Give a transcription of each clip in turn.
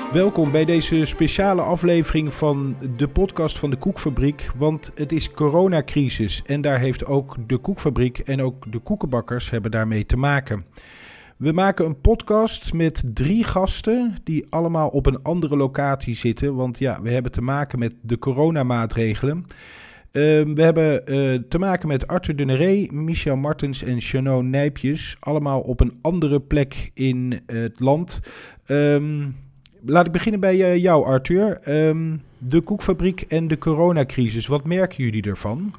Welkom bij deze speciale aflevering van de podcast van de Koekfabriek, want het is coronacrisis en daar heeft ook de Koekfabriek en ook de koekenbakkers hebben daarmee te maken. We maken een podcast met 3 gasten die allemaal op een andere locatie zitten, want ja, we hebben te maken met de coronamaatregelen. We hebben te maken met Arthur de Neré, Michel Martens en Jeannot Nijpjes, allemaal op een andere plek in het land. Laat ik beginnen bij jou, Arthur. De Koekfabriek en de coronacrisis, wat merken jullie ervan?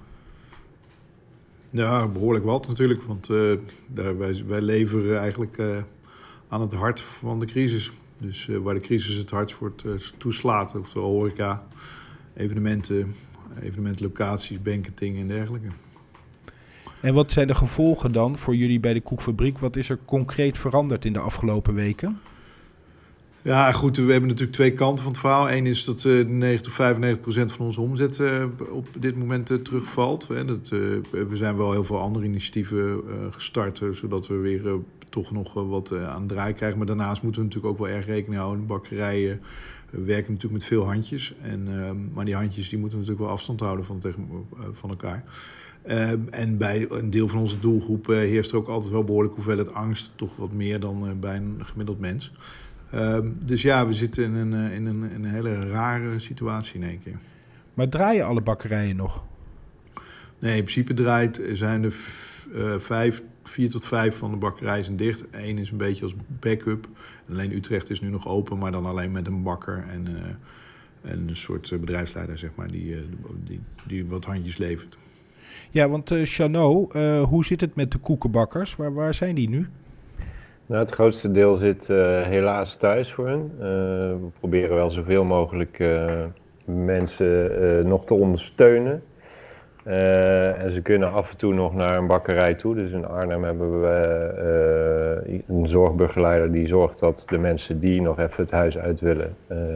Ja, behoorlijk wat natuurlijk, want wij leveren eigenlijk aan het hart van de crisis. Dus waar de crisis het hardst wordt toeslaat, oftewel horeca, evenementlocaties, banqueting en dergelijke. En wat zijn de gevolgen dan voor jullie bij de Koekfabriek? Wat is er concreet veranderd in de afgelopen weken? Ja, goed, we hebben natuurlijk 2 kanten van het verhaal. Eén is dat 90-95% van onze omzet op dit moment terugvalt. We zijn wel heel veel andere initiatieven gestart, zodat we weer toch nog wat aan het draaien krijgen. Maar daarnaast moeten we natuurlijk ook wel erg rekening houden. Bakkerijen werken natuurlijk met veel handjes. Maar die handjes die moeten natuurlijk wel afstand houden van elkaar. En bij een deel van onze doelgroep heerst er ook altijd wel behoorlijk hoeveelheid angst. Toch wat meer dan bij een gemiddeld mens. Dus ja, we zitten in een hele rare situatie in één keer. Maar draaien alle bakkerijen nog? Nee, in principe zijn er 4 tot 5 van de bakkerijen zijn dicht. 1 is een beetje als backup. Alleen Utrecht is nu nog open, maar dan alleen met een bakker en een soort bedrijfsleider, zeg maar, die wat handjes levert. Ja, want Jeannot, hoe zit het met de koekenbakkers? Waar zijn die nu? Nou, het grootste deel zit helaas thuis voor hen. We proberen wel zoveel mogelijk mensen nog te ondersteunen. En ze kunnen af en toe nog naar een bakkerij toe. Dus in Arnhem hebben we een zorgbegeleider die zorgt dat de mensen die nog even het huis uit willen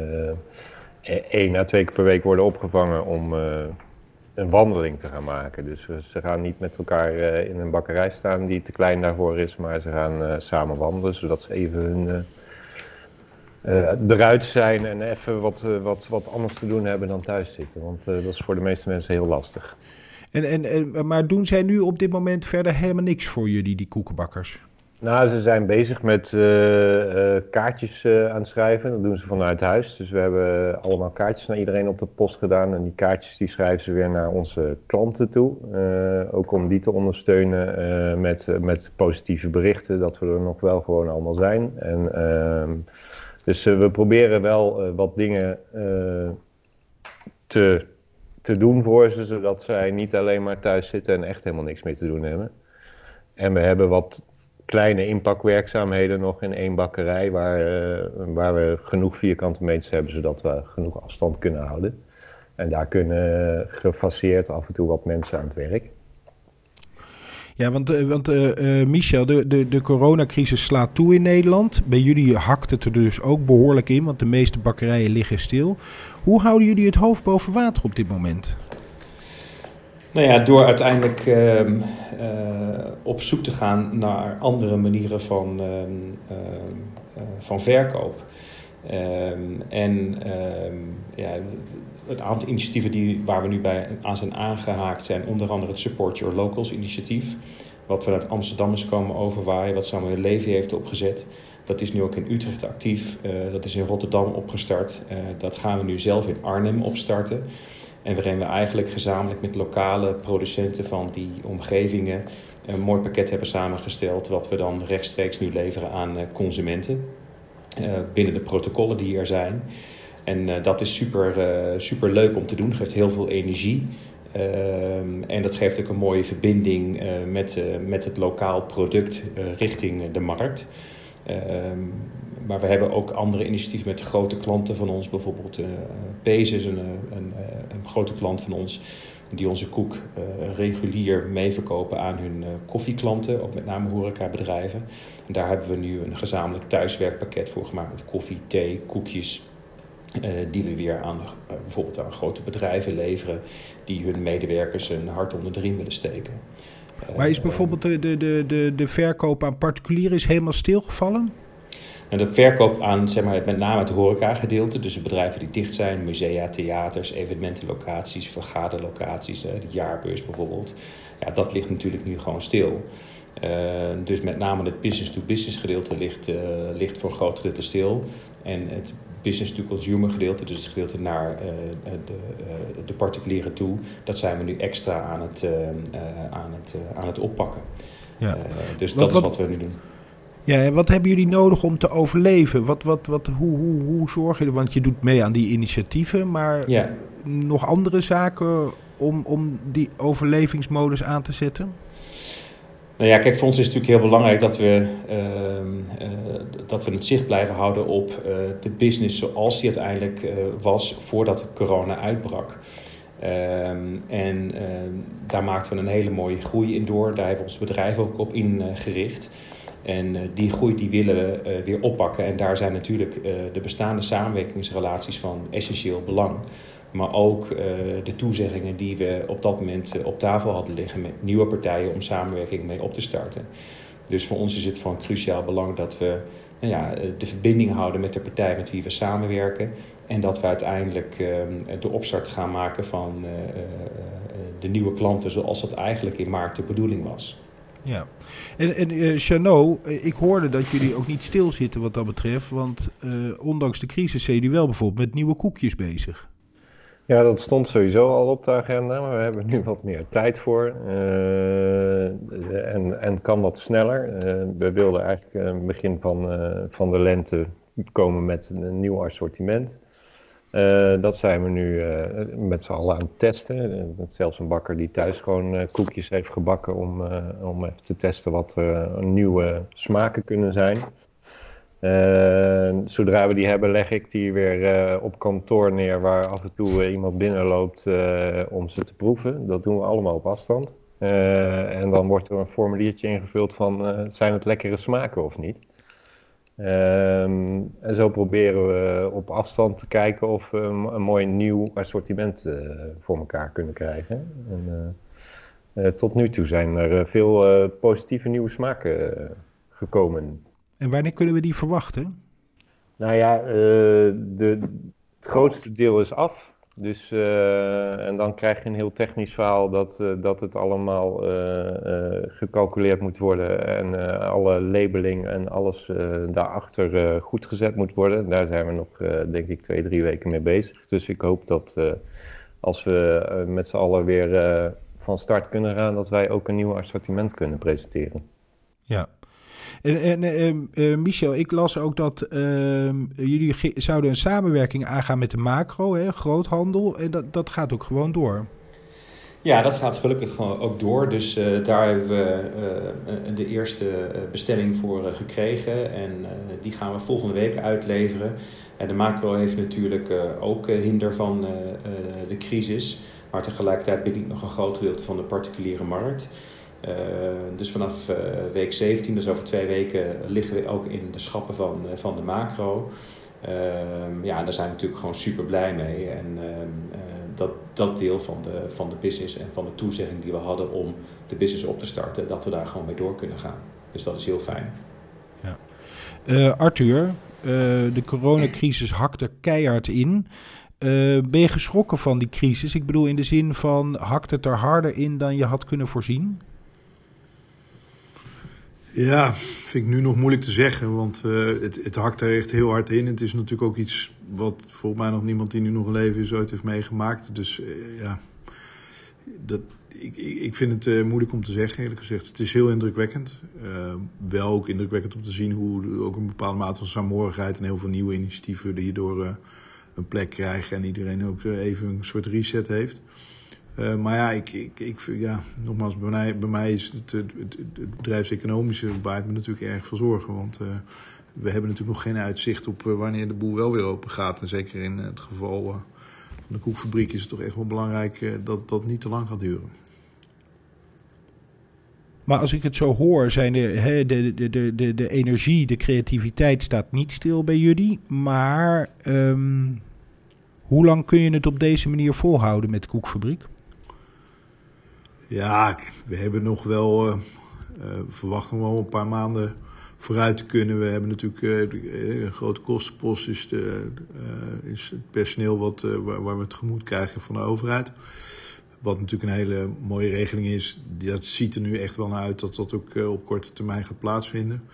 1 à 2 keer per week worden opgevangen om een wandeling te gaan maken. Dus ze gaan niet met elkaar in een bakkerij staan die te klein daarvoor is, maar ze gaan samen wandelen, zodat ze even eruit zijn en even wat anders te doen hebben dan thuis zitten. Want dat is voor de meeste mensen heel lastig. Maar doen zij nu op dit moment verder helemaal niks voor jullie, die koekenbakkers? Nou, ze zijn bezig met kaartjes aan het schrijven. Dat doen ze vanuit huis. Dus we hebben allemaal kaartjes naar iedereen op de post gedaan. En die kaartjes die schrijven ze weer naar onze klanten toe. Ook om die te ondersteunen met positieve berichten. Dat we er nog wel gewoon allemaal zijn. Dus we proberen wel wat dingen te doen voor ze. Zodat zij niet alleen maar thuis zitten en echt helemaal niks meer te doen hebben. En we hebben wat kleine inpakwerkzaamheden nog in 1 bakkerij waar we genoeg vierkante meters hebben, zodat we genoeg afstand kunnen houden. En daar kunnen gefaseerd af en toe wat mensen aan het werk. Ja, want Michel, de coronacrisis slaat toe in Nederland. Bij jullie hakt het er dus ook behoorlijk in, want de meeste bakkerijen liggen stil. Hoe houden jullie het hoofd boven water op dit moment? Nou ja, door uiteindelijk op zoek te gaan naar andere manieren van verkoop. Het aantal initiatieven waar we nu aan zijn aangehaakt zijn, onder andere het Support Your Locals initiatief, wat vanuit Amsterdam is komen overwaaien, wat Samuel Levy heeft opgezet. Dat is nu ook in Utrecht actief, dat is in Rotterdam opgestart, dat gaan we nu zelf in Arnhem opstarten. En waarin we eigenlijk gezamenlijk met lokale producenten van die omgevingen een mooi pakket hebben samengesteld, wat we dan rechtstreeks nu leveren aan consumenten binnen de protocollen die er zijn. En dat is super leuk om te doen, geeft heel veel energie. En dat geeft ook een mooie verbinding met het lokaal product richting de markt. Maar we hebben ook andere initiatieven met grote klanten van ons. Bijvoorbeeld Pees is een grote klant van ons die onze koek regulier meeverkopen aan hun koffieklanten, ook met name horecabedrijven. En daar hebben we nu een gezamenlijk thuiswerkpakket voor gemaakt met koffie, thee, koekjes. Die we weer bijvoorbeeld aan grote bedrijven leveren die hun medewerkers een hart onder de riem willen steken. Maar is bijvoorbeeld de verkoop aan particulieren is helemaal stilgevallen? En de verkoop aan, zeg maar, met name het horeca-gedeelte, dus de bedrijven die dicht zijn, musea, theaters, evenementenlocaties, vergaderlocaties, de jaarbeurs bijvoorbeeld. Ja, dat ligt natuurlijk nu gewoon stil. Dus met name het business-to-business gedeelte ligt voor een groot gedeelte stil. En het business-to-consumer gedeelte, dus het gedeelte naar de particulieren toe, dat zijn we nu extra aan het oppakken. Ja. Dus dat is wat we nu doen. Ja, en wat hebben jullie nodig om te overleven? Hoe zorg je er? Want je doet mee aan die initiatieven, maar nog andere zaken om die overlevingsmodus aan te zetten? Nou ja, kijk, voor ons is het natuurlijk heel belangrijk dat we het zicht blijven houden op de business zoals die uiteindelijk was voordat corona uitbrak. Daar maakten we een hele mooie groei in door. Daar hebben we ons bedrijf ook op ingericht. En die groei die willen we weer oppakken. En daar zijn natuurlijk de bestaande samenwerkingsrelaties van essentieel belang. Maar ook de toezeggingen die we op dat moment op tafel hadden liggen met nieuwe partijen om samenwerking mee op te starten. Dus voor ons is het van cruciaal belang dat we de verbinding houden met de partij met wie we samenwerken. En dat we uiteindelijk de opstart gaan maken van de nieuwe klanten zoals dat eigenlijk in maart de bedoeling was. Ja, en Jeannot, ik hoorde dat jullie ook niet stilzitten wat dat betreft. Want ondanks de crisis zijn jullie wel bijvoorbeeld met nieuwe koekjes bezig. Ja, dat stond sowieso al op de agenda, maar we hebben nu wat meer tijd voor en kan wat sneller. We wilden eigenlijk begin van de lente komen met een nieuw assortiment. Dat zijn we nu met z'n allen aan het testen. Zelfs een bakker die thuis gewoon koekjes heeft gebakken om even te testen wat nieuwe smaken kunnen zijn. Zodra we die hebben, leg ik die weer op kantoor neer waar af en toe iemand binnenloopt om ze te proeven. Dat doen we allemaal op afstand. En dan wordt er een formuliertje ingevuld van zijn het lekkere smaken of niet. En zo proberen we op afstand te kijken of we een mooi nieuw assortiment voor elkaar kunnen krijgen. En tot nu toe zijn er veel positieve nieuwe smaken gekomen. En wanneer kunnen we die verwachten? Nou ja, het grootste deel is af. Dus, en dan krijg je een heel technisch verhaal dat het allemaal gecalculeerd moet worden. En alle labeling en alles daarachter goed gezet moet worden. Daar zijn we nog, denk ik, 2-3 weken mee bezig. Dus ik hoop dat als we met z'n allen weer van start kunnen gaan, dat wij ook een nieuw assortiment kunnen presenteren. Ja. En Michel, ik las ook dat jullie zouden een samenwerking aangaan met de macro, groothandel. En dat gaat ook gewoon door. Ja, dat gaat gelukkig ook door. Dus daar hebben we de eerste bestelling voor gekregen. En die gaan we volgende week uitleveren. En de macro heeft natuurlijk ook hinder van de crisis. Maar tegelijkertijd bedient nog een groot gedeelte van de particuliere markt. Dus vanaf week 17, dus over 2 weken, liggen we ook in de schappen van de macro. En daar zijn we natuurlijk gewoon super blij mee. En dat deel van de business en van de toezegging die we hadden om de business op te starten, dat we daar gewoon mee door kunnen gaan. Dus dat is heel fijn. Ja. Arthur, de coronacrisis hakt er keihard in. Ben je geschrokken van die crisis? Ik bedoel in de zin van, hakt het er harder in dan je had kunnen voorzien? Ja, vind ik nu nog moeilijk te zeggen, want het hakt er echt heel hard in. Het is natuurlijk ook iets wat volgens mij nog niemand die nu nog in leven is ooit heeft meegemaakt. Dus ik vind het moeilijk om te zeggen, eerlijk gezegd. Het is heel indrukwekkend. Wel ook indrukwekkend om te zien hoe ook een bepaalde mate van saamhorigheid en heel veel nieuwe initiatieven hierdoor een plek krijgen en iedereen ook even een soort reset heeft. Maar nogmaals, bij mij is het bedrijfseconomische baart me natuurlijk erg veel zorgen. Want we hebben natuurlijk nog geen uitzicht op wanneer de boel wel weer open gaat. En zeker in het geval van de koekfabriek is het toch echt wel belangrijk dat dat niet te lang gaat duren. Maar als ik het zo hoor, zijn de energie, de creativiteit staat niet stil bij jullie. Maar hoe lang kun je het op deze manier volhouden met de koekfabriek? Ja, we hebben nog wel, verwachten wel een paar maanden vooruit te kunnen. We hebben natuurlijk een grote kostenpost is het personeel waar we tegemoet krijgen van de overheid. Wat natuurlijk een hele mooie regeling is. Dat ziet er nu echt wel naar uit dat dat ook op korte termijn gaat plaatsvinden.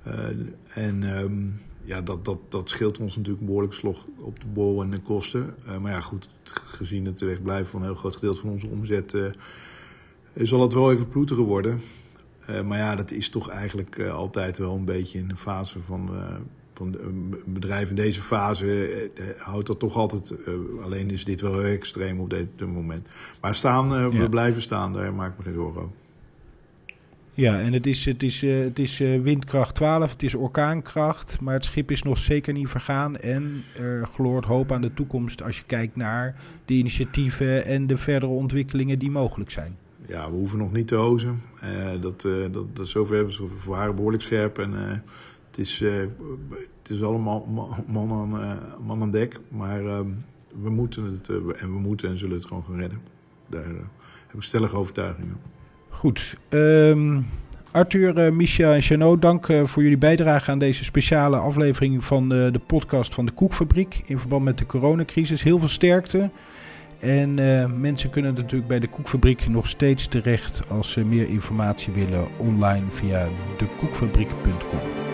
Dat scheelt ons natuurlijk een behoorlijk slag op de bol en de kosten. Maar ja, goed, gezien het wegblijven van een heel groot gedeelte van onze omzet, zal het wel even ploeteren worden. Maar ja, dat is toch eigenlijk altijd wel een beetje in de fase van een bedrijf in deze fase houdt dat toch altijd. Alleen is dit wel heel extreem op dit moment. Maar we blijven staan, daar maak ik me geen zorgen over. Ja, en het is windkracht 12, het is orkaankracht, maar het schip is nog zeker niet vergaan. En er gloort hoop aan de toekomst als je kijkt naar de initiatieven en de verdere ontwikkelingen die mogelijk zijn. Ja, we hoeven nog niet te hozen. Zover hebben ze voor haar behoorlijk scherp. En het is allemaal man aan dek. Maar we moeten en zullen het gewoon gaan redden. Daar heb ik stellige overtuigingen. Goed. Arthur, Misha en Jeannot, dank voor jullie bijdrage aan deze speciale aflevering van de podcast van de Koekfabriek in verband met de coronacrisis. Heel veel sterkte. En mensen kunnen natuurlijk bij de Koekfabriek nog steeds terecht als ze meer informatie willen online via dekoekfabriek.com.